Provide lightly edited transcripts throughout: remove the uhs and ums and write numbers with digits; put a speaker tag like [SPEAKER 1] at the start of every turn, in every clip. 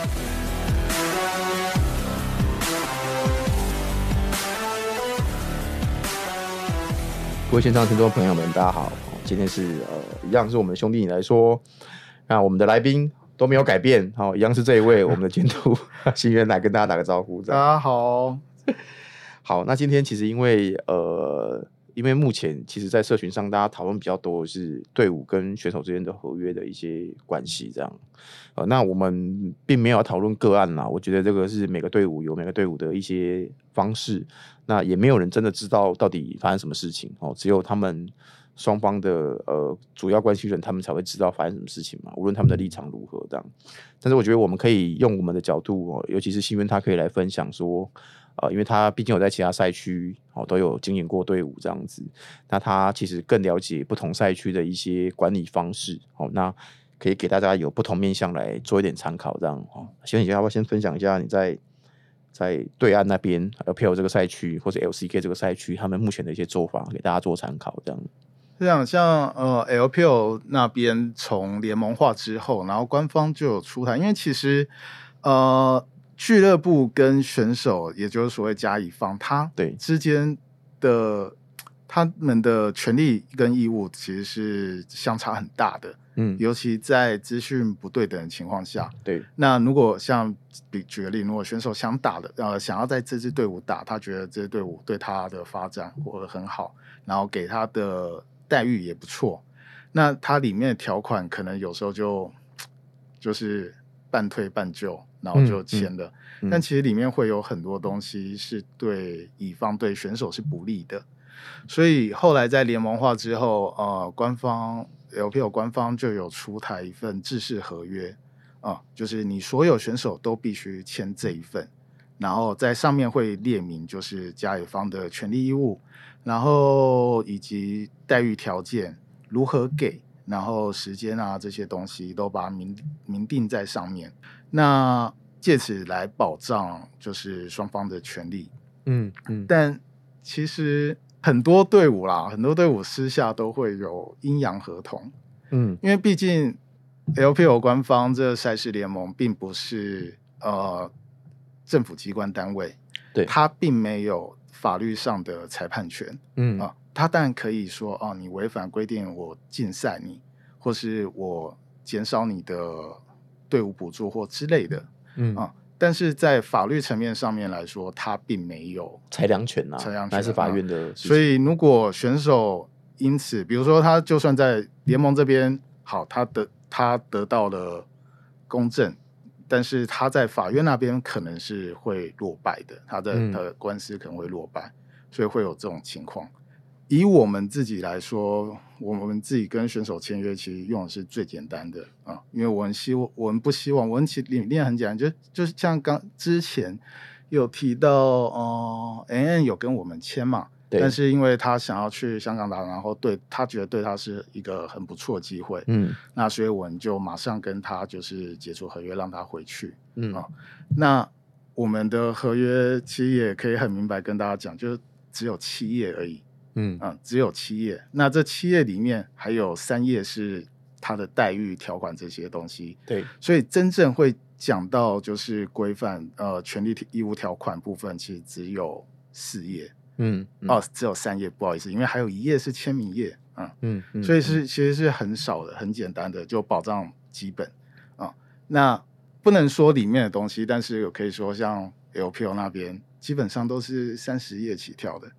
[SPEAKER 1] 各位线上听众朋友们，大家好，今天是一样是我们的兄弟你来说，那我们的来宾都没有改变，一样是这一位我们的监督新渊来跟大家打个招呼。
[SPEAKER 2] 大家好，
[SPEAKER 1] 好，那今天其实因为目前其实在社群上大家讨论比较多的是队伍跟选手之间的合约的一些关系，这样，那我们并没有要讨论个案啦，我觉得这个是每个队伍有每个队伍的一些方式，那也没有人真的知道到底发生什么事情，只有他们双方的主要关系人他们才会知道发生什么事情嘛，无论他们的立场如何这样。但是我觉得我们可以用我们的角度，尤其是新渊他可以来分享说，因为他毕竟有在其他赛区都有经营过队伍这样子，那他其实更了解不同赛区的一些管理方式，那可以给大家有不同面向来做一点参考这样。希望你要不要先分享一下你在对岸那边 LPL 这个赛区或者 LCK 这个赛区他们目前的一些做法，给大家做参考这样。
[SPEAKER 2] 这样像LPL 那边从联盟化之后，然后官方就有出台，因为其实俱乐部跟选手，也就是所谓甲乙方，他之间的他们的权利跟义务其实是相差很大的，尤其在资讯不对等的情况下，对。那如果像举个例，如果选手想打的想要在这支队伍打，他觉得这支队伍对他的发展或者很好，然后给他的待遇也不错，那它里面的条款可能有时候就是半推半就，然后就签了，但其实里面会有很多东西是对乙方对选手是不利的，所以后来在联盟化之后，官方 LPL 官方就有出台一份制式合约，就是你所有选手都必须签这一份，然后在上面会列明就是甲乙方的权利义务，然后以及待遇条件如何给，然后时间啊这些东西都把它明定在上面，那借此来保障就是双方的权利。但其实很多队伍私下都会有阴阳合同，因为毕竟 LPL 官方这赛事联盟并不是政府机关单位，对，它并没有法律上的裁判权，他当然可以说你违反规定我禁赛你，或是我减少你的队伍补助或之类的，但是在法律层面上面来说，他并没有
[SPEAKER 1] 裁量权还是法院的事情。
[SPEAKER 2] 所以如果选手因此比如说他就算在联盟这边好，他得到了公正，但是他在法院那边可能是会落败的，他的官司可能会落败，所以会有这种情况。以我们自己来说，我们自己跟选手签约其实用的是最简单的因为我们不希望，我们其实理念很简单，就是像之前有提到NN 有跟我们签嘛，但是因为他想要去香港打，然后他觉得对他是一个很不错的机会，那所以我们就马上跟他就是解除合约，让他回去，那我们的合约其实也可以很明白跟大家讲，就是只有7页而已，只有7页，那这7页里面还有3页是他的待遇条款这些东西，对，所以真正会讲到就是规范权利义务条款部分，其实只有4页，只有3页，不好意思，因为还有1页是签名页，所以其实是很少的，很简单的，就保障基本那不能说里面的东西，但是有可以说像 LPL 那边基本上都是30页起跳的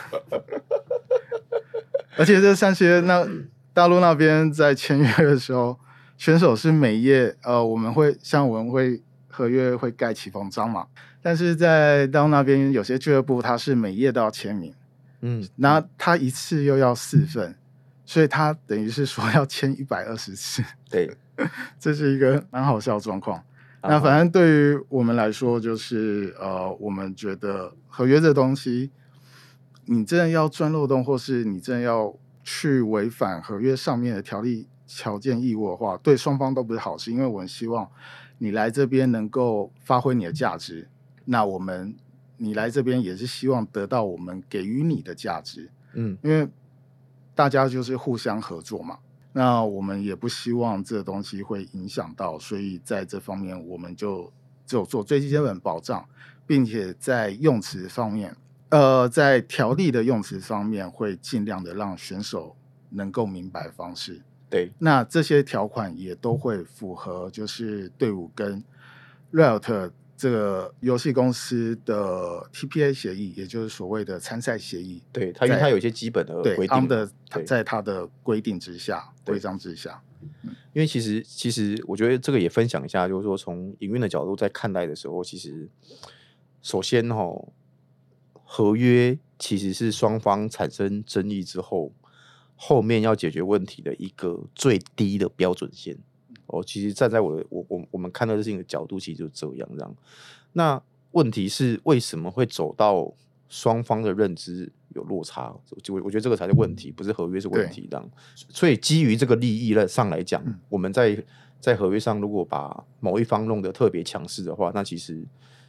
[SPEAKER 2] 而且这30页那大陆那边在签约的时候，选手是每页我们会合约会盖起封章嘛，但是在大陆那边有些俱乐部他是每页都要签名，那他一次又要4份，所以他等于是说要签120次，对，这是一个蛮好笑的状况。那反正对于我们来说，就是我们觉得合约这东西，你真的要钻漏洞，或是你真的要去违反合约上面的条例条件义务的话，对双方都不是好事，因为我们希望你来这边能够发挥你的价值，那你来这边也是希望得到我们给予你的价值，因为大家就是互相合作嘛。 那我们也不希望这个东西会影响到，所以在这方面我们就只有做最基本保障，并且在用词方面，在条例的用词方面会尽量的让选手能够明白方式。
[SPEAKER 1] 对，
[SPEAKER 2] 那这些条款也都会符合，就是队伍跟 Riot 这个游戏公司的 TPA 协议，也就是所谓的参赛协议。
[SPEAKER 1] 对，因为它有一些基本的规定，
[SPEAKER 2] 在它的规定之下、规章之下。
[SPEAKER 1] 因为其实我觉得这个也分享一下，就是说从营运的角度在看待的时候，其实首先合约其实是双方产生争议之后，后面要解决问题的一个最低的标准线。其实站在我们看到这事情的角度，其实就这样。那问题是为什么会走到双方的认知有落差？我觉得这个才是问题，不是合约是问题这样。所以基于这个利益上来讲，我们在合约上如果把某一方弄得特别强势的话，那其实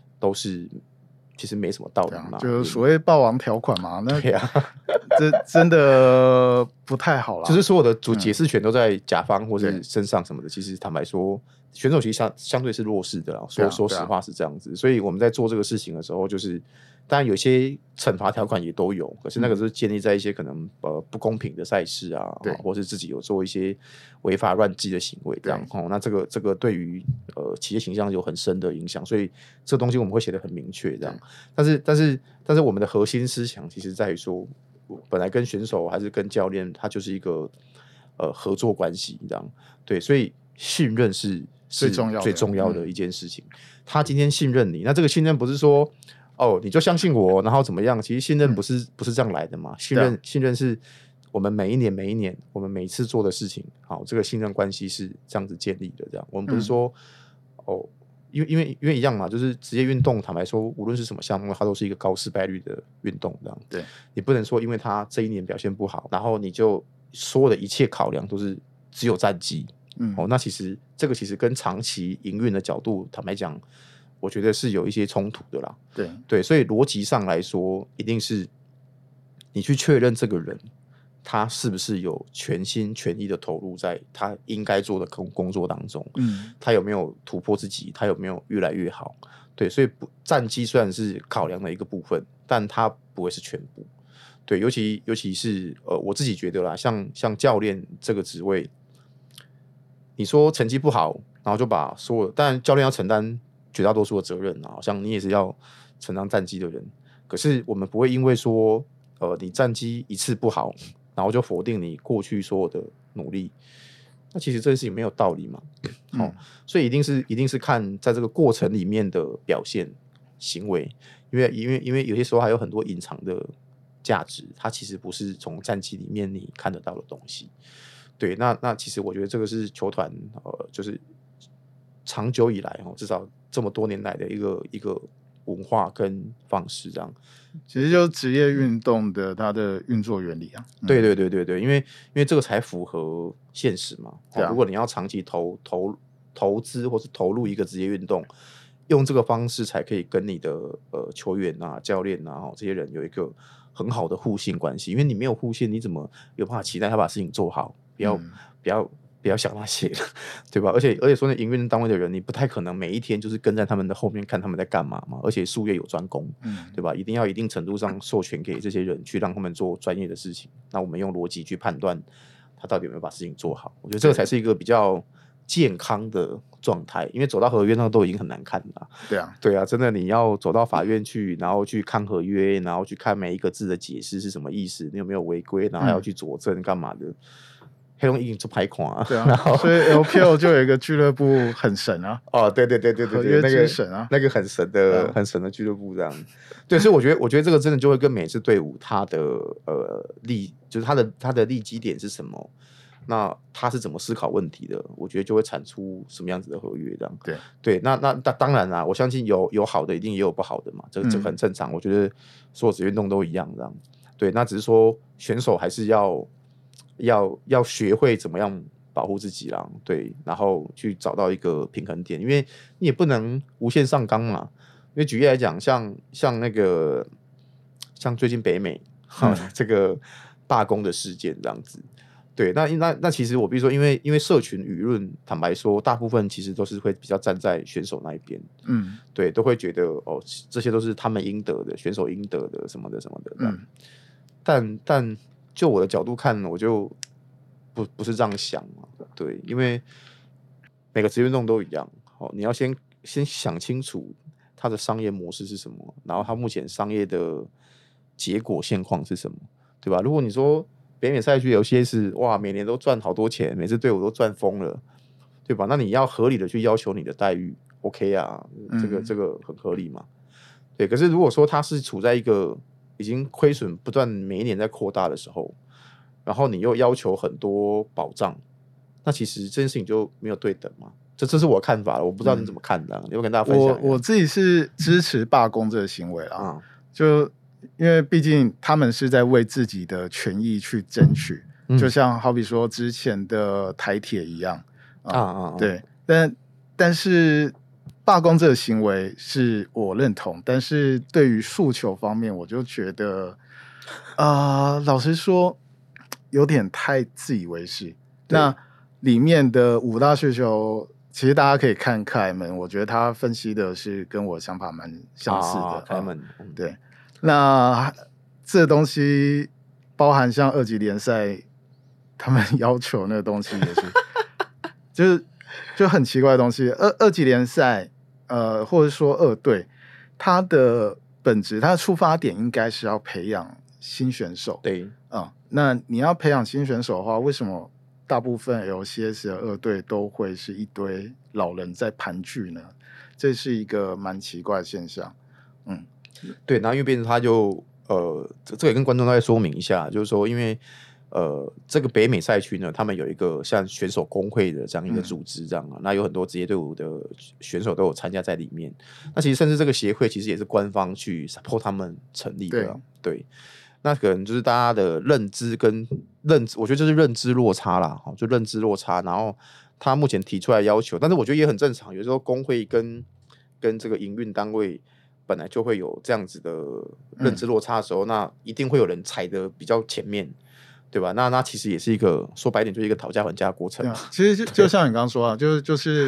[SPEAKER 1] 没什么道理嘛，
[SPEAKER 2] 就是所谓霸王条款嘛。那
[SPEAKER 1] 对啊，
[SPEAKER 2] 这真的不太好啦。
[SPEAKER 1] 就是所有的解释权都在甲方或是身上什么的。其实坦白说，选手其实相对是弱势的啦。说实话是这样子。所以我们在做这个事情的时候，就是当然有些惩罚条款也都有，可是那个是建立在一些可能不公平的赛事啊，或是自己有做一些违法乱纪的行为这样。那这个对于企业形象有很深的影响，所以这东西我们会写得很明确这样。但是我们的核心思想其实在于说，本来跟选手还是跟教练，他就是一个合作关系这样。对，所以信任是最重要的一件事情。他今天信任你，那这个信任不是说你就相信我，然后怎么样？其实信任不是这样来的嘛。信任是我们每一年，我们每一次做的事情，好，这个信任关系是这样子建立的。这样，我们不是说因为一样嘛，就是职业运动，坦白说，无论是什么项目，它都是一个高失败率的运动。这样，
[SPEAKER 2] 对，
[SPEAKER 1] 你不能说因为他这一年表现不好，然后你就所有的一切考量都是只有战绩。那其实这个跟长期营运的角度，坦白讲，我觉得是有一些冲突的啦。对，所以逻辑上来说，一定是你去确认这个人他是不是有全心全意的投入在他应该做的工作当中，他有没有突破自己，他有没有越来越好。对，所以战绩虽然是考量的一个部分，但它不会是全部。对，尤其是我自己觉得啦，像教练这个职位，你说成绩不好，然后就把所有，当然教练要承担绝大多数的责任啊，好像你也是要承担战绩的人。可是我们不会因为说你战绩一次不好，然后就否定你过去所有的努力，那其实这件事情没有道理嘛。所以一定是看在这个过程里面的表现行为，因为有些时候还有很多隐藏的价值，它其实不是从战绩里面你看得到的东西。对，那其实我觉得这个是球团就是长久以来至少这么多年来的一个文化跟方式这样。
[SPEAKER 2] 其实就是职业运动的它的运作原理啊。
[SPEAKER 1] 对，因为这个才符合现实嘛。如果你要长期投资或是投入一个职业运动，用这个方式才可以跟你的球员啊、教练啊这些人有一个很好的互信关系。因为你没有互信，你怎么有办法期待他把事情做好？不要想那些了，对吧？而且说那营运单位的人，你不太可能每一天就是跟在他们的后面看他们在干嘛嘛。而且术业有专攻，对吧？一定要一定程度上授权给这些人，去让他们做专业的事情。那我们用逻辑去判断他到底有没有把事情做好。我觉得这个才是一个比较健康的状态。因为走到合约那都已经很难看了。对啊，真的你要走到法院去，然后去看合约，然后去看每一个字的解释是什么意思，你有没有违规，然后还要去佐证干嘛的。黑龙江就拍款啊，
[SPEAKER 2] 对啊，所以 LPL 就有一个俱乐部很神啊。
[SPEAKER 1] 对，
[SPEAKER 2] 合约之神啊，
[SPEAKER 1] 那个很神的俱乐部这样。对，所以我觉得这个真的就会跟每支队伍它的就是它的利基点是什么，那他是怎么思考问题的，我觉得就会产出什么样子的合约这样。对，那当然啦，我相信有好的，一定也有不好的嘛，这个很正常。我觉得所有职业运动都一样这样。对，那只是说选手还是要学会怎么样保护自己啦，对，然后去找到一个平衡点，因为你也不能无限上纲嘛。因为举例来讲，像最近北美这个罢工的事件这样子， 对，那其实我比如说，因为社群舆论，坦白说，大部分其实都是会比较站在选手那一边，对，都会觉得哦，这些都是他们应得的，选手应得的什么的什么的这样。但就我的角度看，我就不是这样想嘛，对，因为每个职业运动都一样，你要先想清楚它的商业模式是什么，然后它目前商业的结果现况是什么，对吧？如果你说北美赛区有些是哇，每年都赚好多钱，每支队伍都赚疯了，对吧？那你要合理的去要求你的待遇 ，OK 啊，这个很合理嘛。对，可是如果说它是处在一个已经亏损不断每一年在扩大的时候，然后你又要求很多保障，那其实这件事情就没有对等嘛。这是我的看法了，我不知道你怎么看的，你要跟大家分享一下。
[SPEAKER 2] 我自己是支持罢工这个行为啦，就因为毕竟他们是在为自己的权益去争取，就像好比说之前的台铁一样对，但是罢工这个行为是我认同，但是对于诉求方面，我就觉得老实说有点太自以为是。那里面的5大需求，其实大家可以看凯门，我觉得他分析的是跟我想法蛮相似的。
[SPEAKER 1] 凯门，
[SPEAKER 2] 对，那这东西包含像2级联赛，他们要求那个东西也是，就很奇怪的东西。二级联赛，或者说2队，它的本质，它的出发点应该是要培养新选手。
[SPEAKER 1] 对，
[SPEAKER 2] 那你要培养新选手的话，为什么大部分 LCS 的2队都会是一堆老人在盘踞呢？这是一个蛮奇怪的现象。
[SPEAKER 1] 对，然后因为变成他就这也跟观众再说明一下，就是说因为这个北美赛区呢，他们有一个像选手工会的这样一个组织，这样那有很多职业队伍的选手都有参加在里面。那其实甚至这个协会其实也是官方去 support 他们成立的，对。那可能就是大家的认知，我觉得就是认知落差啦，就认知落差。然后他目前提出来要求，但是我觉得也很正常。有时候工会跟这个营运单位本来就会有这样子的认知落差的时候，那一定会有人踩得比较前面，对吧？那其实也是一个说白一点，就是一个讨价还价的过程。
[SPEAKER 2] 其实就像你刚刚说啊，就是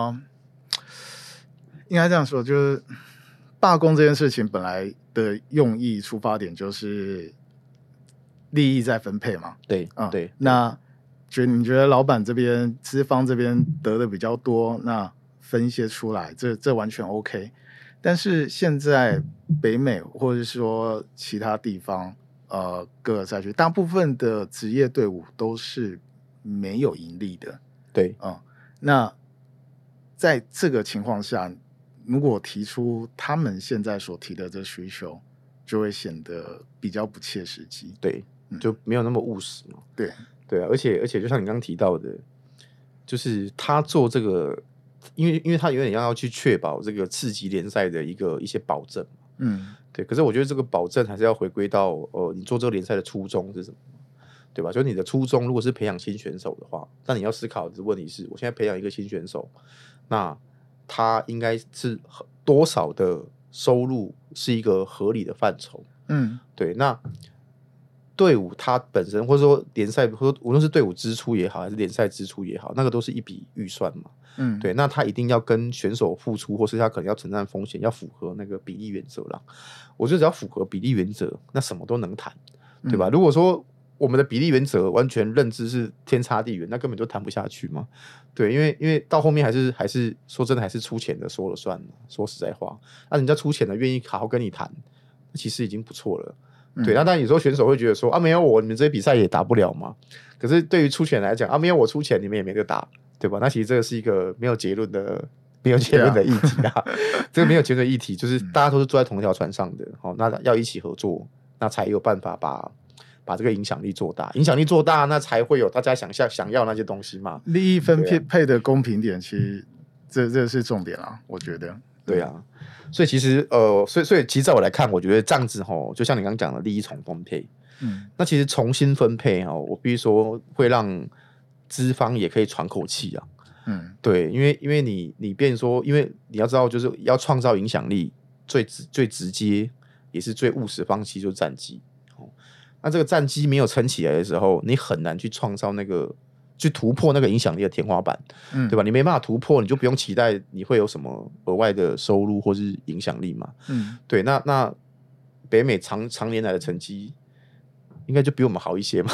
[SPEAKER 2] 应该这样说，就是罢工这件事情本来的用意出发点就是利益在分配嘛。
[SPEAKER 1] 对，对。
[SPEAKER 2] 那你觉得老板这边、资方这边得的比较多，那分一些出来，这完全 OK。但是现在北美或者说其他地方，各个赛区，大部分的职业队伍都是没有盈利的。
[SPEAKER 1] 对，
[SPEAKER 2] 那在这个情况下，如果提出他们现在所提的这需求，就会显得比较不切实际。
[SPEAKER 1] 对，就没有那么务实嘛。
[SPEAKER 2] 对，
[SPEAKER 1] 而且就像你刚刚提到的，就是他做这个，因为他有点要去确保这个次级联赛的一些保证。对。可是我觉得这个保证还是要回归到你做这个联赛的初衷是什么，对吧？就是你的初衷如果是培养新选手的话，那你要思考的问题是，我现在培养一个新选手，那他应该是多少的收入是一个合理的范畴。对。那队伍它本身，或者说联赛，或者无论是队伍支出也好，还是联赛支出也好，那个都是一笔预算嘛。对。那他一定要跟选手付出，或是他可能要承担风险，要符合那个比例原则啦。我觉得只要符合比例原则，那什么都能谈，对吧？如果说我们的比例原则完全认知是天差地远，那根本就谈不下去嘛。对。因为到后面还是说真的，还是出钱的说了算。说实在话，那人家出钱的愿意好好跟你谈，其实已经不错了。对。那当然有时候选手会觉得说没有我，你们这些比赛也打不了嘛。可是对于出钱来讲没有我出钱，你们也没得打，对吧？那其实这个是一个没有结论的议题啊。这个没有结论的议题，就是大家都是坐在同一条船上的。那要一起合作，那才有办法把这个影响力做大。影响力做大，那才会有大家想要那些东西嘛。
[SPEAKER 2] 利益分配的公平点，其实这是重点啊，我觉得。
[SPEAKER 1] 对啊。所以其实所以其实在我来看，我觉得这样子就像你刚刚讲的利益重分配，那其实重新分配我必须说会让资方也可以喘口气啊。对。因为你变成说，因为你要知道，就是要创造影响力，最直接也是最务实的方式就是战绩。 那这个战绩没有撑起来的时候，你很难去创造去突破那个影响力的天花板，对吧？你没办法突破，你就不用期待你会有什么额外的收入或是影响力嘛。对，那北美长年来的成绩应该就比我们好一些嘛。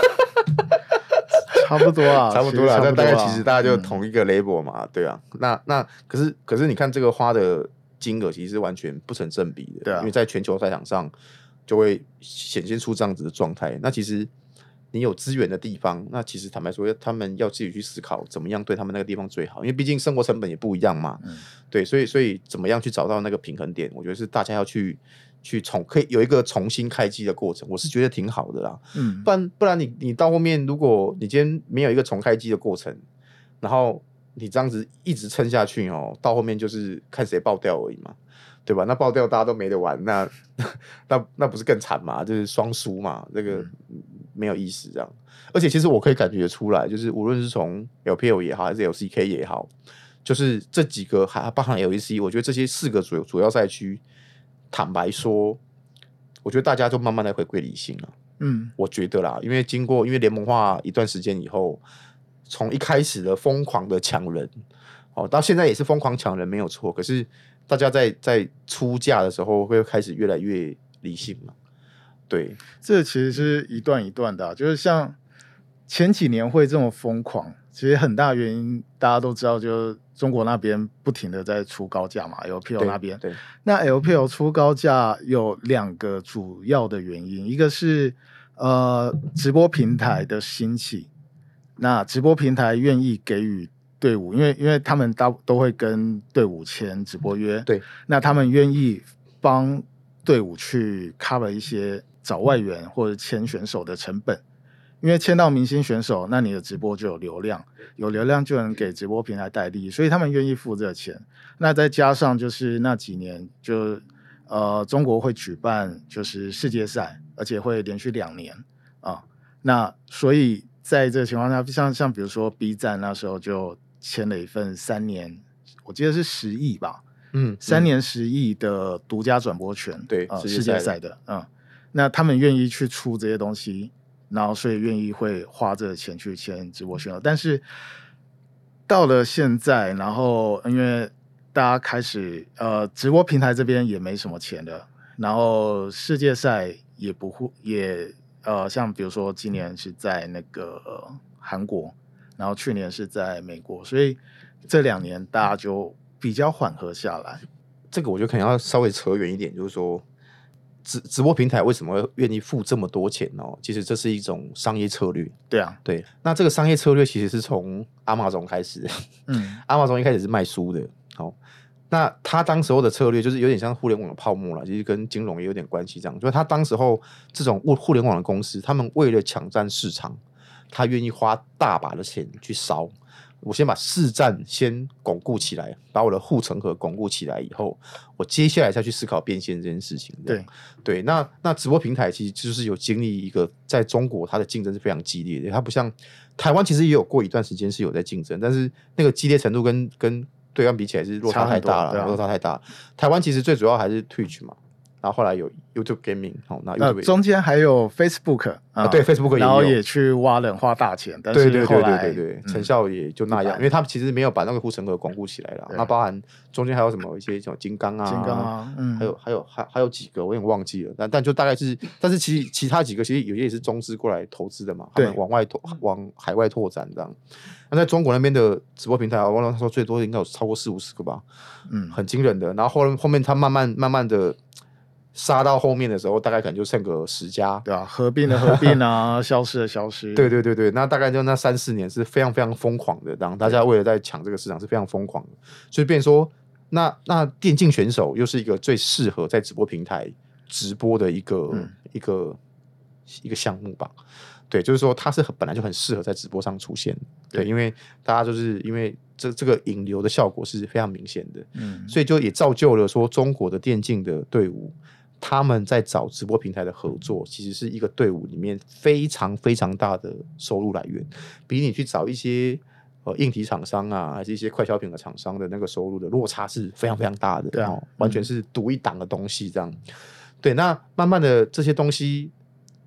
[SPEAKER 2] 差不多啊，
[SPEAKER 1] 差不多啦，但大概其实大家就同一个 label 嘛，对啊。那可是你看这个花的金额其实是完全不成正比的，
[SPEAKER 2] 对啊，
[SPEAKER 1] 因为在全球赛场上就会显现出这样子的状态。那其实你有资源的地方，那其实坦白说，他们要自己去思考怎么样对他们那个地方最好，因为毕竟生活成本也不一样嘛。对，所以怎么样去找到那个平衡点，我觉得是大家要去可以有一个重新开机的过程，我是觉得挺好的啦。不然你到后面，如果你今天没有一个重开机的过程，然后你这样子一直撑下去哦，到后面就是看谁爆掉而已嘛。对吧？那爆掉大家都没得玩，那不是更惨嘛？就是双输嘛，这个没有意思这样。而且其实我可以感觉出来，就是无论是从 LPL 也好，还是 LCK 也好，就是这几个还包含 LEC， 我觉得这些4个主要赛区，坦白说，我觉得大家就慢慢的回归理性了。我觉得啦，因为联盟化一段时间以后，从一开始的疯狂的抢人，到现在也是疯狂抢人没有错，可是大家在出价的时候会开始越来越理性嘛？对，
[SPEAKER 2] 这其实是一段一段的就是像前几年会这么疯狂，其实很大原因大家都知道，就是中国那边不停的在出高价嘛 ，LPL 那边。
[SPEAKER 1] 对，
[SPEAKER 2] 那 LPL 出高价有2个主要的原因，一个是直播平台的兴起，那直播平台愿意给予队伍，因为他们都会跟队伍签直播约，
[SPEAKER 1] 对，
[SPEAKER 2] 那他们愿意帮队伍去 cover 一些找外援或者签选手的成本，因为签到明星选手，那你的直播就有流量，有流量就能给直播平台带利，所以他们愿意付这个钱。那再加上就是那几年就中国会举办就是世界赛，而且会连续2年啊，那所以在这个情况下，像比如说 B 站那时候就签了一份3年，我记得是10亿吧，3年10亿的独家转播权，
[SPEAKER 1] 对，
[SPEAKER 2] 世界赛的，那他们愿意去出这些东西，然后所以愿意会花这个钱去签直播选手，但是到了现在，然后因为大家开始直播平台这边也没什么钱了，然后世界赛也不会像比如说今年是在那个韩国，然后去年是在美国，所以这2年大家就比较缓和下来。
[SPEAKER 1] 这个我觉得可能要稍微扯远一点，就是说直播平台为什么会愿意付这么多钱哦？其实这是一种商业策略。
[SPEAKER 2] 对啊，
[SPEAKER 1] 对。那这个商业策略其实是从Amazon开始的。Amazon 一开始是卖书的，那他当时候的策略就是有点像互联网的泡沫了，其实跟金融也有点关系。这样，就是他当时候这种互联网的公司，他们为了抢占市场，他愿意花大把的钱去烧。我先把市占先巩固起来，把我的护城河巩固起来以后，我接下来再去思考变现这件事情。对，那直播平台其实就是有经历一个，在中国它的竞争是非常激烈的，它不像台湾，其实也有过一段时间是有在竞争，但是那个激烈程度跟对岸比起来是落差太大了，落差太大。台湾其实最主要还是 Twitch 嘛，然后后来有 YouTube Gaming， 那 YouTube
[SPEAKER 2] 中间还有 Facebook，
[SPEAKER 1] 对 Facebook 也有，
[SPEAKER 2] 然后也去挖人花大钱，但是后来
[SPEAKER 1] 对，成效也就那样，因为他们其实没有把那个护城河巩固起来了。那包含中间还有什么一些什么金刚啊，还有几个我有点忘记了，但就大概是，但是其他几个其实有些也是中资过来投资的嘛，他们往海外拓展这样。那在中国那边的直播平台，我忘了他说最多应该有超过40-50个吧，很惊人的。然后后面他慢慢的杀到后面的时候，大概可能就剩个10家，
[SPEAKER 2] 对啊，合并的合并啊，消失的消失。
[SPEAKER 1] 对，那大概就那3-4年是非常非常疯狂的，然后大家为了在抢这个市场是非常疯狂的，所以变成说，那电竞选手又是一个最适合在直播平台直播的一个项目吧。对，就是说它是本来就很适合在直播上出现，对，因为大家就是因为这个引流的效果是非常明显的，所以就也造就了说中国的电竞的队伍，他们在找直播平台的合作，其实是一个队伍里面非常非常大的收入来源，比你去找一些硬体厂商啊，还是一些快消品的厂商的那个收入的落差是非常非常大的，
[SPEAKER 2] 对
[SPEAKER 1] 完全是独一档的东西这样。对，那慢慢的这些东西。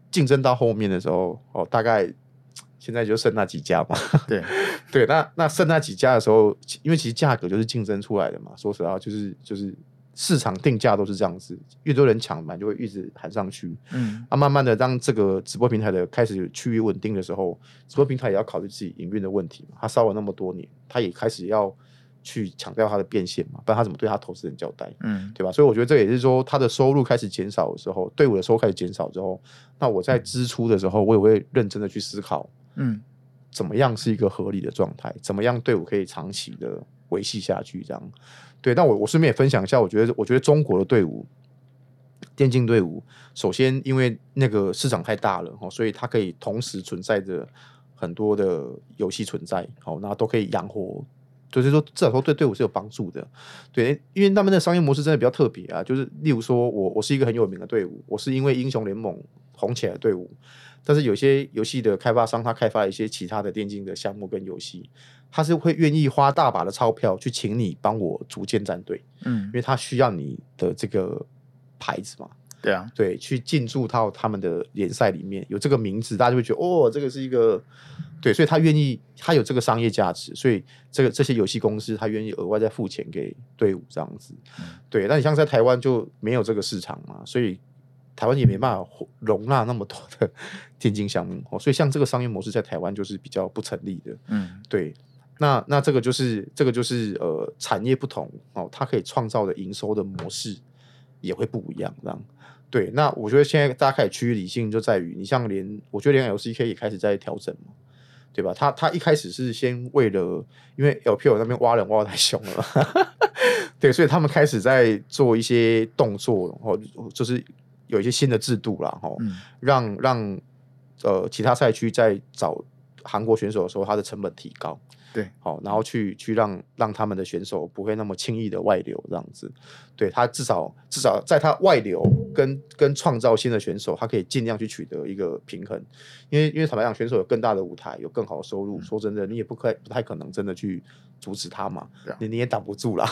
[SPEAKER 1] 竞争到后面的时候，大概现在就剩那几家嘛。
[SPEAKER 2] 对
[SPEAKER 1] 对，那剩那几家的时候，因为其实价格就是竞争出来的嘛。说实话，就是市场定价都是这样子，越多人抢买就会一直喊上去。慢慢的当这个直播平台的开始趋于稳定的时候，直播平台也要考虑自己营运的问题嘛。他烧了那么多年，他也开始要去强调他的变现嘛，不然他怎么对他投资人交代？对吧？所以我觉得这也是说，他的收入开始减少的时候，队伍的收入开始减少之后，那我在支出的时候，我也会认真的去思考，怎么样是一个合理的状态，怎么样队伍可以长期的维系下去，这样。对，那我顺便也分享一下，我觉得中国的队伍，电竞队伍，首先因为那个市场太大了，所以它可以同时存在着很多的游戏存在，那都可以养活。就是说，至少说对队伍是有帮助的，对，因为他们的商业模式真的比较特别啊。就是例如说，我是一个很有名的队伍，我是因为英雄联盟红起来的队伍，但是有些游戏的开发商，他开发一些其他的电竞的项目跟游戏，他是会愿意花大把的钞票去请你帮我组建战队，因为他需要你的这个牌子嘛。
[SPEAKER 2] 对啊，
[SPEAKER 1] 对，去进驻到他们的联赛里面，有这个名字，大家就会觉得这个是一个对，所以他愿意，他有这个商业价值，所以这些游戏公司他愿意额外再付钱给队伍这样子。对，那你像在台湾就没有这个市场嘛，所以台湾也没办法容纳那么多的电竞项目，所以像这个商业模式在台湾就是比较不成立的。对。那这个就是产业不同它可以创造的营收的模式也会不一样这样。对，那我觉得现在大家开始趋于理性，就在于你像我觉得连 LCK 也开始在调整嘛，对吧？他一开始是先为了，因为 LPL 那边挖人挖得太凶了，对，所以他们开始在做一些动作，就是有一些新的制度啦，让其他赛区在找韩国选手的时候，他的成本提高。
[SPEAKER 2] 对，
[SPEAKER 1] 然后去让他们的选手不会那么轻易的外流，这样子，对他至少在他外流跟创造新的选手，他可以尽量去取得一个平衡，因为坦白讲，选手有更大的舞台，有更好的收入，说真的，你也不太可能真的去阻止他嘛，你也挡不住啦。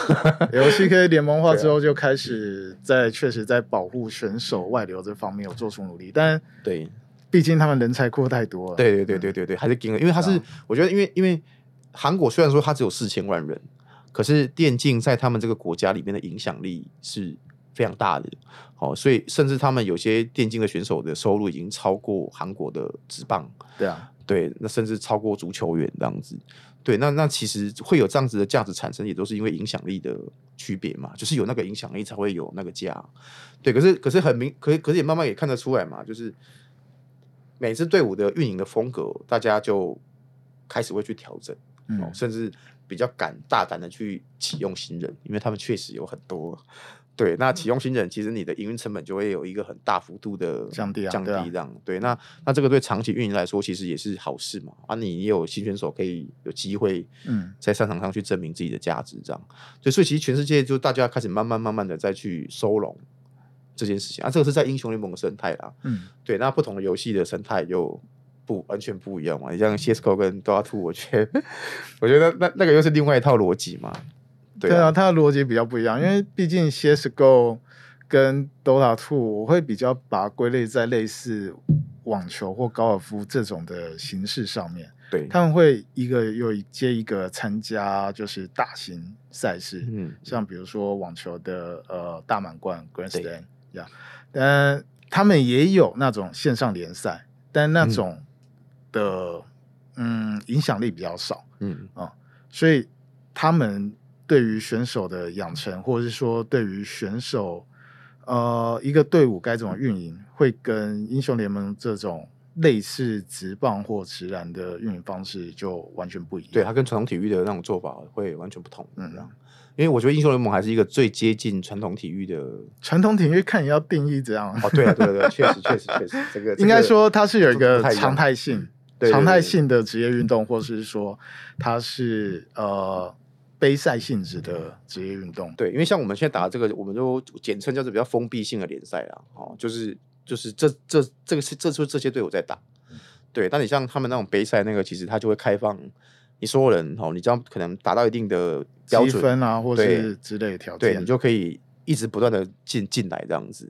[SPEAKER 2] LCK 联盟化之后，就开始确实在保护选手外流这方面有做出努力，但
[SPEAKER 1] 对，
[SPEAKER 2] 毕竟他们人才库太多了，
[SPEAKER 1] 对，还是惊了，因为他是我觉得因为韩国虽然说它只有4000万人，可是电竞在他们这个国家里面的影响力是非常大的，所以甚至他们有些电竞的选手的收入已经超过韩国的职棒，
[SPEAKER 2] 对啊，
[SPEAKER 1] 对，那甚至超过足球员这样子，对，那其实会有这样子的价值产生，也都是因为影响力的区别嘛，就是有那个影响力才会有那个价，对，可是也慢慢也看得出来嘛，就是每支队伍的运营的风格，大家就开始会去调整。甚至比较大胆的去启用新人，因为他们确实有很多。对，那启用新人，其实你的营运成本就会有一个很大幅度的
[SPEAKER 2] 降低
[SPEAKER 1] 这样。对，那这个对长期运营来说，其实也是好事嘛。你也有新选手可以有机会，在赛场上去证明自己的价值，这样。所以其实全世界就大家开始慢慢的再去收拢这件事情这个是在英雄联盟的生态啦。对，那不同的游戏的生态又完全不一样嘛，你像 CSGO 跟 Dota 2，我觉得那个又是另外一套逻辑嘛。对啊，
[SPEAKER 2] 它的逻辑比较不一样，因为毕竟 CSGO 跟 Dota 2，我会比较把它归类在类似网球或高尔夫这种的形式上面。
[SPEAKER 1] 对，
[SPEAKER 2] 他们会一个又接一个参加就是大型赛事，像比如说网球的大满贯 Grand Slam 但他们也有那种线上联赛，但那种的影响力比较少，所以他们对于选手的养成，或者是说对于选手一个队伍该怎么运营，会跟英雄联盟这种类似职棒或职篮的运营方式就完全不一样。
[SPEAKER 1] 对，它跟传统体育的那种做法会完全不同。因为我觉得英雄联盟还是一个最接近传统体育的。
[SPEAKER 2] 传统体育看你要定义怎样。
[SPEAKER 1] 对，确实，这个
[SPEAKER 2] 应该说它是有一个常态性。常态性的职业运动，或是说它是杯赛性质的职业运动。
[SPEAKER 1] 对，因为像我们现在打的这个，我们就简称叫做比较封闭性的联赛啦。就是这些队伍在打。对，但你像他们那种杯赛那个，其实它就会开放你所有人你只要可能达到一定的标准
[SPEAKER 2] 积分啊，或是之类的条件，
[SPEAKER 1] 对，你就可以一直不断的进来这样子。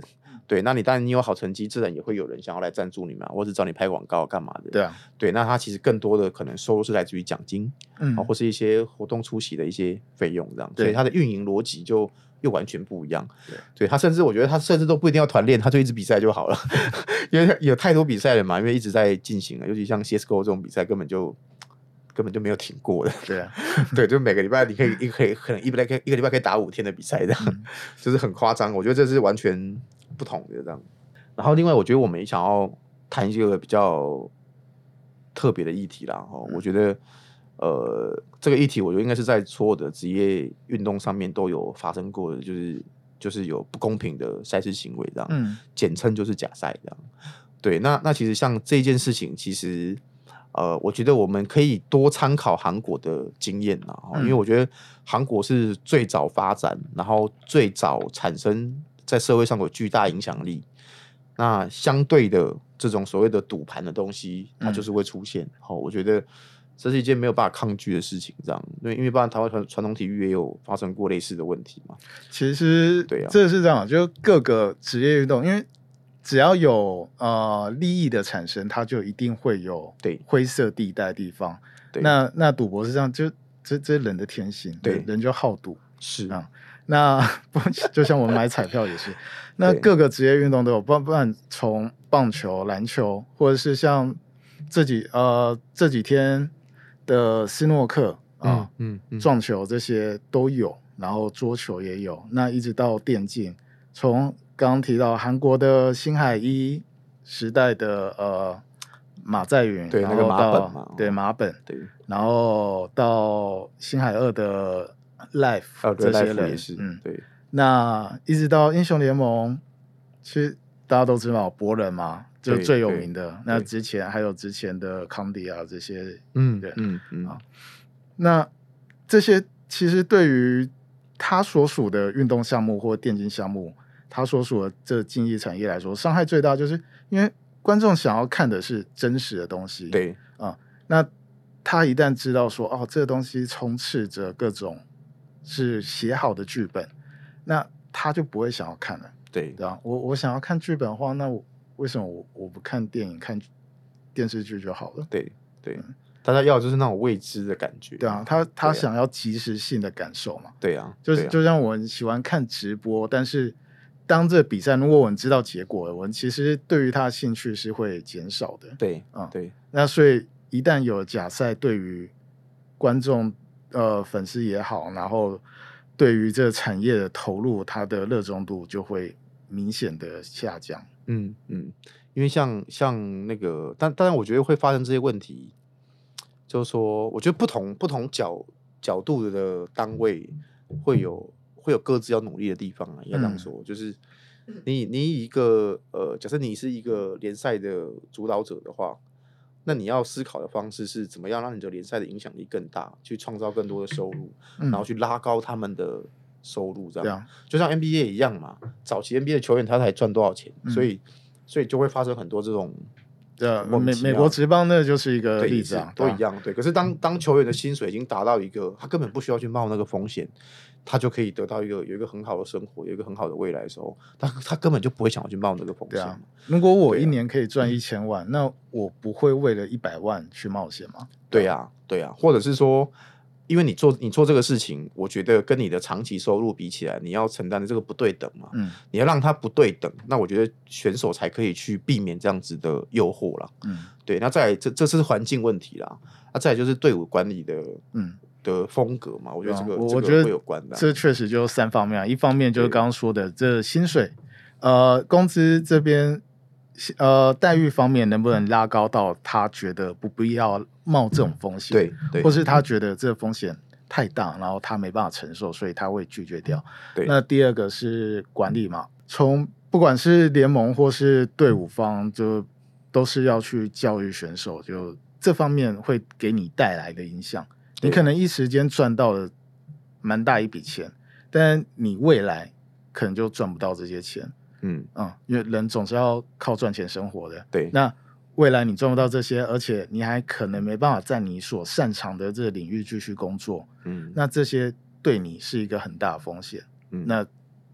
[SPEAKER 1] 对，那你当然你有好成绩，自然也会有人想要来赞助你嘛，或者找你拍广告干嘛的。
[SPEAKER 2] 对啊，
[SPEAKER 1] 对，那他其实更多的可能收入是来自于奖金，或是一些活动出席的一些费用这样，所以他的运营逻辑就又完全不一样。对，他甚至我觉得他甚至都不一定要团练，他就一直比赛就好了，因为有太多比赛了嘛，因为一直在进行了，尤其像 CSGO 这种比赛根本就没有停过的。
[SPEAKER 2] 对啊，
[SPEAKER 1] 对，就每个礼拜你可能一个礼拜可以打5天的比赛这样，就是很夸张。我觉得这是完全不同的这样。然后另外，我觉得我们也想要谈一个比较特别的议题啦。我觉得这个议题，我觉得应该是在所有的职业运动上面都有发生过的，就是有不公平的赛事行为这样，简称就是假赛这样。对，那其实像这件事情，其实我觉得我们可以多参考韩国的经验啦，因为我觉得韩国是最早发展，然后最早产生在社会上有巨大影响力。那相对的这种所谓的赌盘的东西，它就是会出现。我觉得这是一件没有办法抗拒的事情，这样。因为包含台湾传统体育也有发生过类似的问题嘛。
[SPEAKER 2] 其实
[SPEAKER 1] 对啊，
[SPEAKER 2] 这是这样，就各个职业运动，因为只要有利益的产生，它就一定会有灰色地带的地方。那赌博是这样，这是人的天性，对，人就好赌，
[SPEAKER 1] 是
[SPEAKER 2] 啊。那就像我们买彩票也是，那各个职业运动都有，不然从棒球、篮球，或者是像这几天的斯诺克撞球这些都有，然后桌球也有，那一直到电竞，从刚刚提到韩国的星海一时代的马在云，
[SPEAKER 1] 对，
[SPEAKER 2] 然后
[SPEAKER 1] 那个马本嘛，
[SPEAKER 2] 对马本，
[SPEAKER 1] 对，
[SPEAKER 2] 然后到星海2的 Life 这些人
[SPEAKER 1] 也是，对。
[SPEAKER 2] 那一直到英雄联盟，其实大家都知道博人嘛，就最有名的。那之前还有之前的康迪啊这些人，那这些其实对于他所属的运动项目或电竞项目，他所属的这竞技产业来说，伤害最大，就是因为观众想要看的是真实的东西。
[SPEAKER 1] 对
[SPEAKER 2] 那他一旦知道说这个东西充斥着各种是写好的剧本，那他就不会想要看了。对吧？我想要看剧本的话，那为什么我不看电影、看电视剧就好了？
[SPEAKER 1] 对，大家要的就是那种未知的感觉。
[SPEAKER 2] 对啊，他想要即时性的感受嘛。
[SPEAKER 1] 对啊，
[SPEAKER 2] 就像我们喜欢看直播，但是当这比赛如果我们知道结果了，我们其实对于他的兴趣是会减少的。
[SPEAKER 1] 对，
[SPEAKER 2] 那所以一旦有假赛，对于观众粉丝也好，然后对于这个产业的投入，它的热衷度就会明显的下降。
[SPEAKER 1] 因为像那个，当然我觉得会发生这些问题，就是说，我觉得不同角度的单位会有各自要努力的地方啊，应该这样说，就是你以一个假设你是一个联赛的主导者的话，那你要思考的方式是怎么样让你的联赛的影响力更大，去创造更多的收入，然后去拉高他们的收入，这样，就像 NBA 一样嘛，早期 NBA 的球员他才赚多少钱，所以就会发生很多这种。
[SPEAKER 2] 美国职棒那就是一个例子啊，
[SPEAKER 1] 都一样。对，可是当球员的薪水已经达到一个，他根本不需要去冒那个风险，他就可以得到有一个很好的生活，有一个很好的未来的时候，他根本就不会想要去冒那个风险。
[SPEAKER 2] 如果我一年可以赚1000万，那我不会为了100万去冒险吗？
[SPEAKER 1] 对啊，或者是说，因为你做这个事情，我觉得跟你的长期收入比起来，你要承担的这个不对等嘛，你要让它不对等，那我觉得选手才可以去避免这样子的诱惑啦。对，那再来这是环境问题啦，再来就是队伍管理的风格嘛，我觉得这个会有关的。
[SPEAKER 2] 这确实就3方面，一方面就是刚刚说的这薪水，工资这边。待遇方面能不能拉高到他觉得不必要冒这种风险，
[SPEAKER 1] 对，
[SPEAKER 2] 或是他觉得这个风险太大，然后他没办法承受，所以他会拒绝掉。
[SPEAKER 1] 对，
[SPEAKER 2] 那第二个是管理嘛，从不管是联盟或是队伍方，就都是要去教育选手，就这方面会给你带来的影响。你可能一时间赚到了蛮大一笔钱，但你未来可能就赚不到这些钱。因为人总是要靠赚钱生活的。
[SPEAKER 1] 对，
[SPEAKER 2] 那未来你赚不到这些，而且你还可能没办法在你所擅长的这个领域继续工作。那这些对你是一个很大的风险。那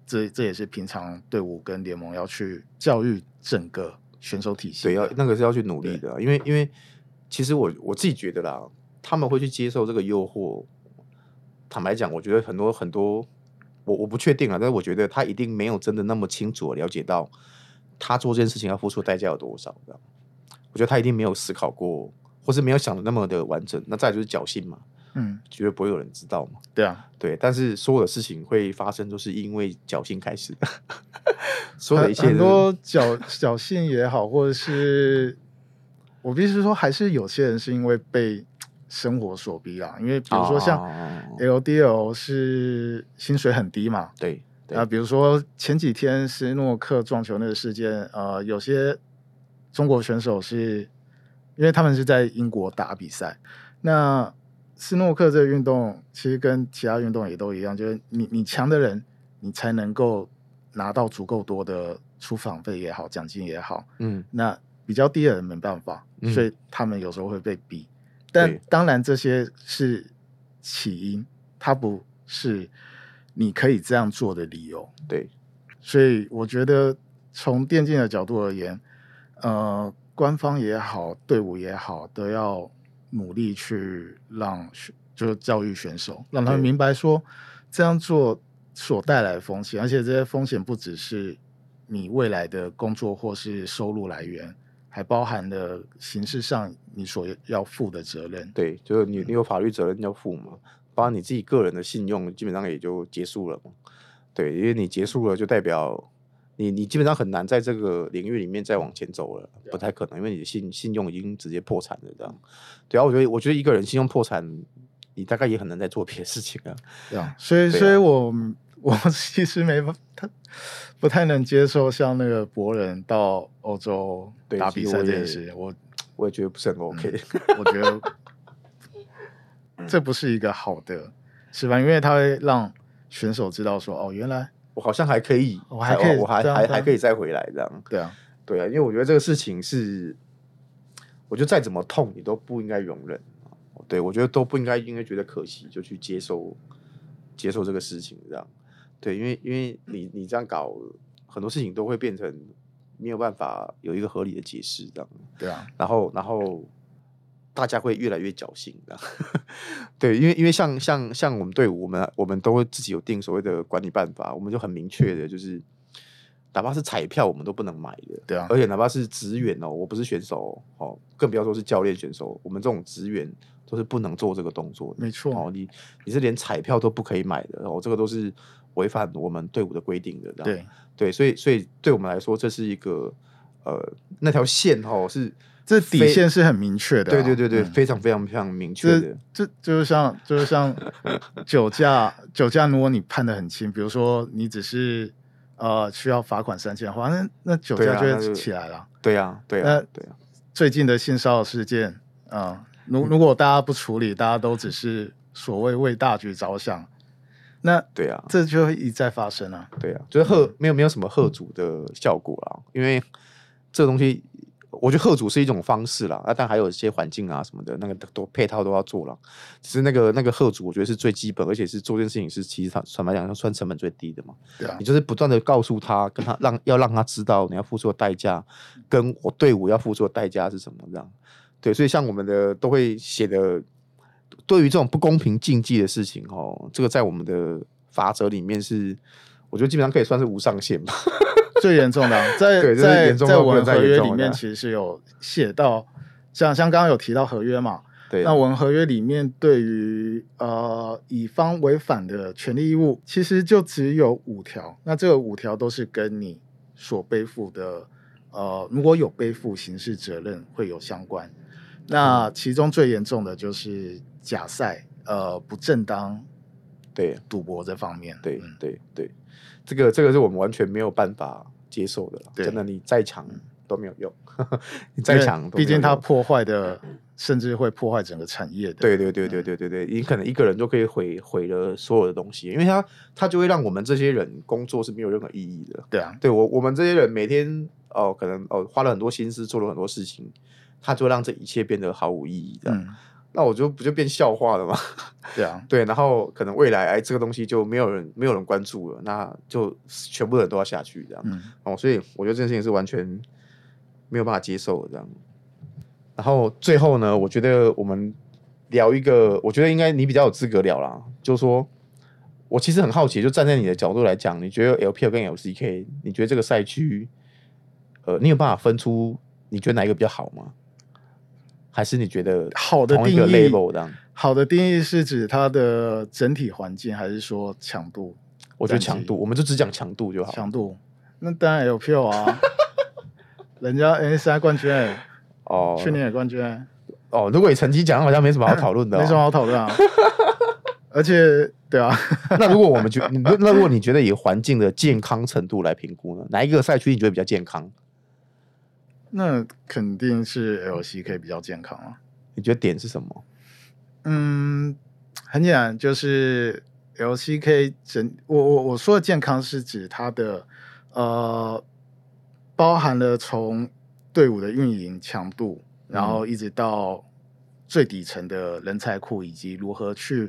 [SPEAKER 2] 这也是平常队伍跟联盟要去教育整个选手体系
[SPEAKER 1] 的。对，那个是要去努力的，因为其实我自己觉得啦，他们会去接受这个诱惑。坦白讲，我觉得很多，我不确定啊，但是我觉得他一定没有真的那么清楚的了解到他做这件事情要付出的代价有多少。我觉得他一定没有思考过，或是没有想的那么的完整。那再来就是侥幸嘛，绝对不会有人知道嘛。
[SPEAKER 2] 对啊，
[SPEAKER 1] 对，但是所有的事情会发生，都是因为侥幸开始的。所有的一切
[SPEAKER 2] 很多侥幸也好，或者是我必须说，还是有些人是因为被生活所逼啦。因为比如说像 LDL 是薪水很低嘛，
[SPEAKER 1] 对。
[SPEAKER 2] 比如说前几天斯诺克撞球那个事件，有些中国选手是因为他们是在英国打比赛，那斯诺克这个运动其实跟其他运动也都一样，就是你强的人，你才能够拿到足够多的出访费也好，奖金也好，那比较低的人没办法，所以他们有时候会被逼。但当然这些是起因，它不是你可以这样做的理由。
[SPEAKER 1] 对，
[SPEAKER 2] 所以我觉得从电竞的角度而言，官方也好，队伍也好，都要努力去就是教育选手，让他们明白说这样做所带来的风险，而且这些风险不只是你未来的工作或是收入来源，还包含了形式上你所要负的责任。
[SPEAKER 1] 对，就是你有法律责任要负嘛，包括你自己个人的信用，基本上也就结束了嘛。对，因为你结束了，就代表你基本上很难在这个领域里面再往前走了，不太可能，因为你的信用已经直接破产了这样。对啊，我觉得一个人信用破产，你大概也很难再做别的事情啊。
[SPEAKER 2] 对啊，所以我其实不太能接受像那个博人到欧洲打比赛这件事，
[SPEAKER 1] 我也觉得不是很 OK。
[SPEAKER 2] 我觉得这不是一个好的示范，因为他会让选手知道说，哦，原来
[SPEAKER 1] 我好像还可以，我还可以再回来这样。
[SPEAKER 2] 对啊，
[SPEAKER 1] 对啊，因为我觉得这个事情是，我觉得再怎么痛你都不应该容忍。对，我觉得都不应该因为觉得可惜就去接受这个事情这样。对，因为你这样搞，很多事情都会变成没有办法有一个合理的解释这样。
[SPEAKER 2] 对啊，
[SPEAKER 1] 然后大家会越来越侥幸这样。对，因为像我们队伍，我们都会自己有定所谓的管理办法，我们就很明确的就是，哪怕是彩票我们都不能买的。
[SPEAKER 2] 对啊，
[SPEAKER 1] 而且哪怕是职员哦，我不是选手哦，更不要说是教练选手，我们这种职员都是不能做这个动作的。
[SPEAKER 2] 没错，
[SPEAKER 1] 哦，你是连彩票都不可以买的哦，这个都是违反我们队伍的规定的。对，所以对我们来说，这是一个那条线哦是。
[SPEAKER 2] 这底线是很明确的。
[SPEAKER 1] 对，非常非常非常明确的。
[SPEAKER 2] 这就是像酒驾，如果你判得很轻，比如说你只是需要罚款3000的话，那酒驾就会起来了。
[SPEAKER 1] 对啊。
[SPEAKER 2] 最近的性骚扰事件如果大家不处理，大家都只是所谓为大局着想，那
[SPEAKER 1] 对啊，
[SPEAKER 2] 这就会一再发生啊。
[SPEAKER 1] 对啊，就是没有什么吓阻的效果啦，因为这个东西。我觉得吓阻是一种方式啦，但还有一些环境啊什么的，那个都配套都要做了。只是那个吓阻，我觉得是最基本，而且是做这件事情是其实坦白讲算成本最低的嘛。
[SPEAKER 2] 对啊，
[SPEAKER 1] 你就是不断的告诉他，要让他知道你要付出的代价，跟我队伍要付出的代价是什么这样。对，所以像我们的都会写的，对于这种不公平竞技的事情这个在我们的法则里面是，我觉得基本上可以算是无上限吧。
[SPEAKER 2] 最严重的，在我们合约里面，其实是有写到，像刚刚有提到合约嘛，
[SPEAKER 1] 对，
[SPEAKER 2] 那我们合约里面对于乙方违反的权利义务，其实就只有5条，那这个5条都是跟你所背负的如果有背负刑事责任会有相关。那其中最严重的就是假赛不正当
[SPEAKER 1] 对
[SPEAKER 2] 赌博这方面。
[SPEAKER 1] 对，这个是我们完全没有办法接受的了。真的，你再强都没有用，你再强都没有用，
[SPEAKER 2] 毕竟它破坏的甚至会破坏整个产业的。
[SPEAKER 1] 对，你可能一个人就可以毁了所有的东西，因为他就会让我们这些人工作是没有任何意义的。
[SPEAKER 2] 对啊，
[SPEAKER 1] 对我们这些人每天可能花了很多心思做了很多事情，他就会让这一切变得毫无意义的。 那我不就变笑话了吗？
[SPEAKER 2] 对啊，
[SPEAKER 1] 对，然后可能未来这个东西就没有人关注了，那就全部人都要下去这样。所以我觉得这件事情是完全没有办法接受的这样。然后最后呢，我觉得我们聊一个，我觉得应该你比较有资格聊啦，就是说我其实很好奇，就站在你的角度来讲，你觉得 LPL 跟 LCK， 你觉得这个赛区，你有办法分出你觉得哪一个比较好吗？还是你觉得
[SPEAKER 2] 好的定义
[SPEAKER 1] level 这样？
[SPEAKER 2] 好的定义是指它的整体环境，还是说强度？
[SPEAKER 1] 我觉得强度，我们就只讲强度就好。
[SPEAKER 2] 强度，那当然 LPL 啊，人家 NSI 冠军去年也冠军
[SPEAKER 1] 如果以成绩讲，好像没什么好讨论的，
[SPEAKER 2] 没什么好讨论啊。而且，对啊，
[SPEAKER 1] 那如果你觉得以环境的健康程度来评估呢，哪一个赛区你觉得比较健康？
[SPEAKER 2] 那肯定是 LCK 比较健康啊。
[SPEAKER 1] 你觉得点是什么？
[SPEAKER 2] 很简单，就是 LCK 我说的健康是指它的包含了从队伍的运营强度，然后一直到最底层的人才库，以及如何去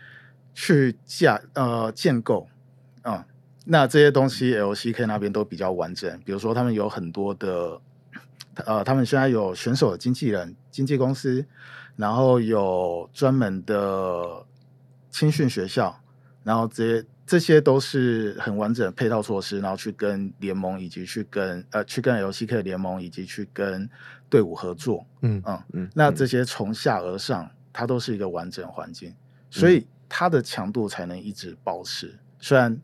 [SPEAKER 2] 建构那这些东西 LCK 那边都比较完整。比如说他们有很多的他们现在有选手的经纪人、经纪公司，然后有专门的青训学校，然后这些都是很完整的配套措施，然后去跟联盟以及去跟 LCK 联盟以及去跟队伍合作。那这些从下而上，它都是一个完整环境，所以它的强度才能一直保持。虽然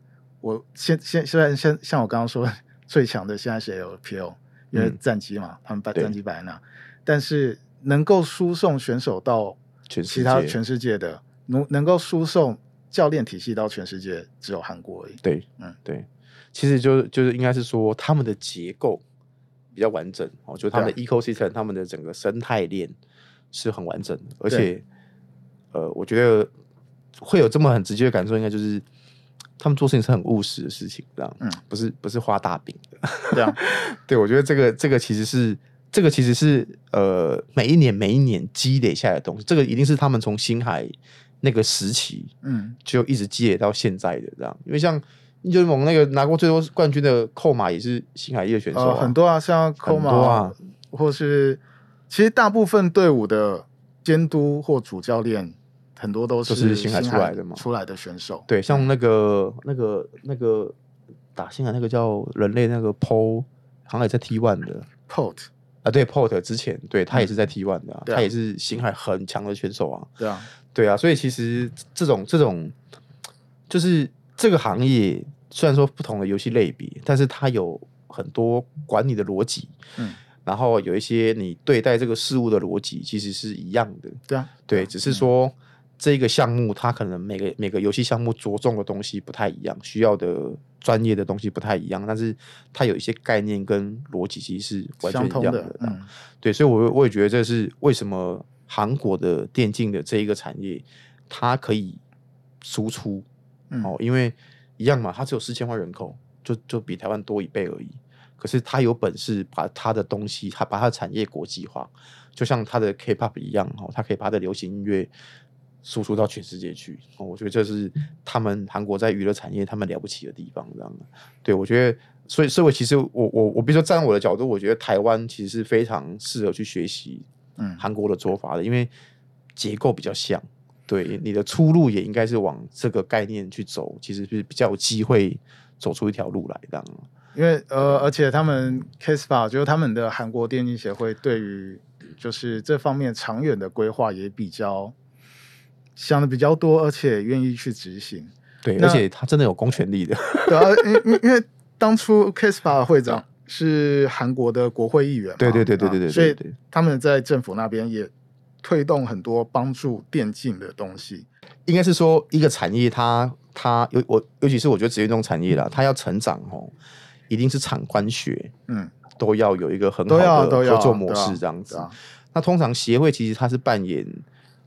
[SPEAKER 2] 像我刚刚说，最强的现在是 LPL。因为战绩嘛，他们战绩摆在那，但是能够输送选手到其他全世界的，能够输送教练体系到全世界，只有韩国而已。
[SPEAKER 1] 对，对，其实就是应该是说他们的结构比较完整就是他们的 ecosystem，他们的整个生态链是很完整的，而且我觉得会有这么很直接的感受，应该就是他们做事情是很务实的事情，这样，不是画大饼的，
[SPEAKER 2] 对啊，
[SPEAKER 1] 对，我觉得这个其实是每一年积累下来的东西，这个一定是他们从星海那个时期，就一直积累到现在的这样，因为像英雄联盟那个拿过最多冠军的扣马也是星海一的选手
[SPEAKER 2] 很多啊，像扣马或是其实大部分队伍的监督或主教练。很多都是
[SPEAKER 1] 星海出来的嘛，
[SPEAKER 2] 出来的选手。
[SPEAKER 1] 对，像那个打星海那个叫人类那个 PO， 好像也在 T1 的
[SPEAKER 2] Port
[SPEAKER 1] 对 Port 之前，对他也是在 T1 的，他也是星海很强的选手啊。对啊，所以其实这种就是这个行业虽然说不同的游戏类别，但是它有很多管理的逻辑，然后有一些你对待这个事物的逻辑其实是一样的。对，只是说。这个项目它可能每个游戏项目着重的东西不太一样，需要的专业的东西不太一样，但是它有一些概念跟逻辑其实是完全一样的。对，所以我也觉得这是为什么韩国的电竞的这一个产业它可以输出因为一样嘛，它只有4000万人口，就比台湾多1倍而已。可是它有本事把它的东西，把它的产业国际化，就像它的 K-pop 一样它可以把它的流行音乐。输出到全世界去我觉得这是他们韩国在娱乐产业他们了不起的地方，这样的。对，我觉得，所以我其实我比如说站在我的角度，我觉得台湾其实是非常适合去学习韩国的做法的，因为结构比较像，对，你的出路也应该是往这个概念去走，其实是比较有机会走出一条路来，这样。
[SPEAKER 2] 因为而且他们 KSPA 就是他们的韩国电竞协会，对于就是这方面长远的规划也比较。想的比较多，而且愿意去执行。
[SPEAKER 1] 对，而且他真的有公权力的。
[SPEAKER 2] 对啊，因为当初 KSPA 的会长是韩国的国会议员嘛，
[SPEAKER 1] 对，
[SPEAKER 2] 所以他们在政府那边也推动很多帮助电竞的东西。
[SPEAKER 1] 应该是说，一个产业它尤其是我觉得职业运动产业啦，它要成长一定是产官学都要有一个很好的合作模式这样子。那通常协会其实它是扮演。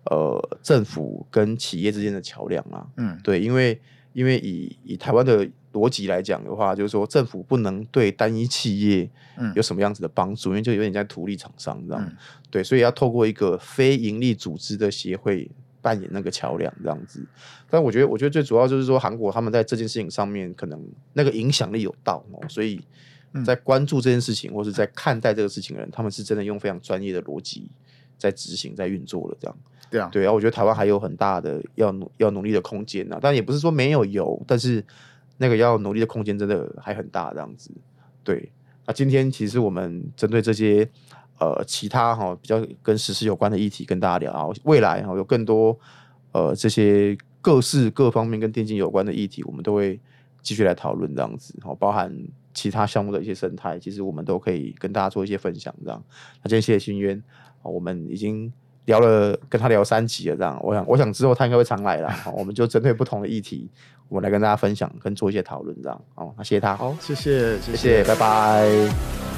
[SPEAKER 1] 政府跟企业之间的桥梁啊，对，因为以台湾的逻辑来讲的话，就是说政府不能对单一企业有什么样子的帮助，因为就有点在图利厂商这样，对，所以要透过一个非营利组织的协会扮演那个桥梁这样子。但我觉得最主要就是说，韩国他们在这件事情上面可能那个影响力有到所以在关注这件事情或是在看待这个事情的人，他们是真的用非常专业的逻辑在执行在运作了这样。对啊，我觉得台湾还有很大的要努力的空间啊，但也不是说没有，但是那个要努力的空间真的还很大这样子。对，那今天其实我们针对这些其他比较跟时事有关的议题跟大家聊，未来有更多这些各式各方面跟电竞有关的议题，我们都会继续来讨论这样子，包含其他项目的一些生态，其实我们都可以跟大家做一些分享这样。那今天谢谢新渊，我们已经跟他聊3集了这样，我想之后他应该会常来啦我们就针对不同的议题，我们来跟大家分享跟做一些讨论这样。那谢谢他。
[SPEAKER 2] 好，谢谢，
[SPEAKER 1] 拜拜。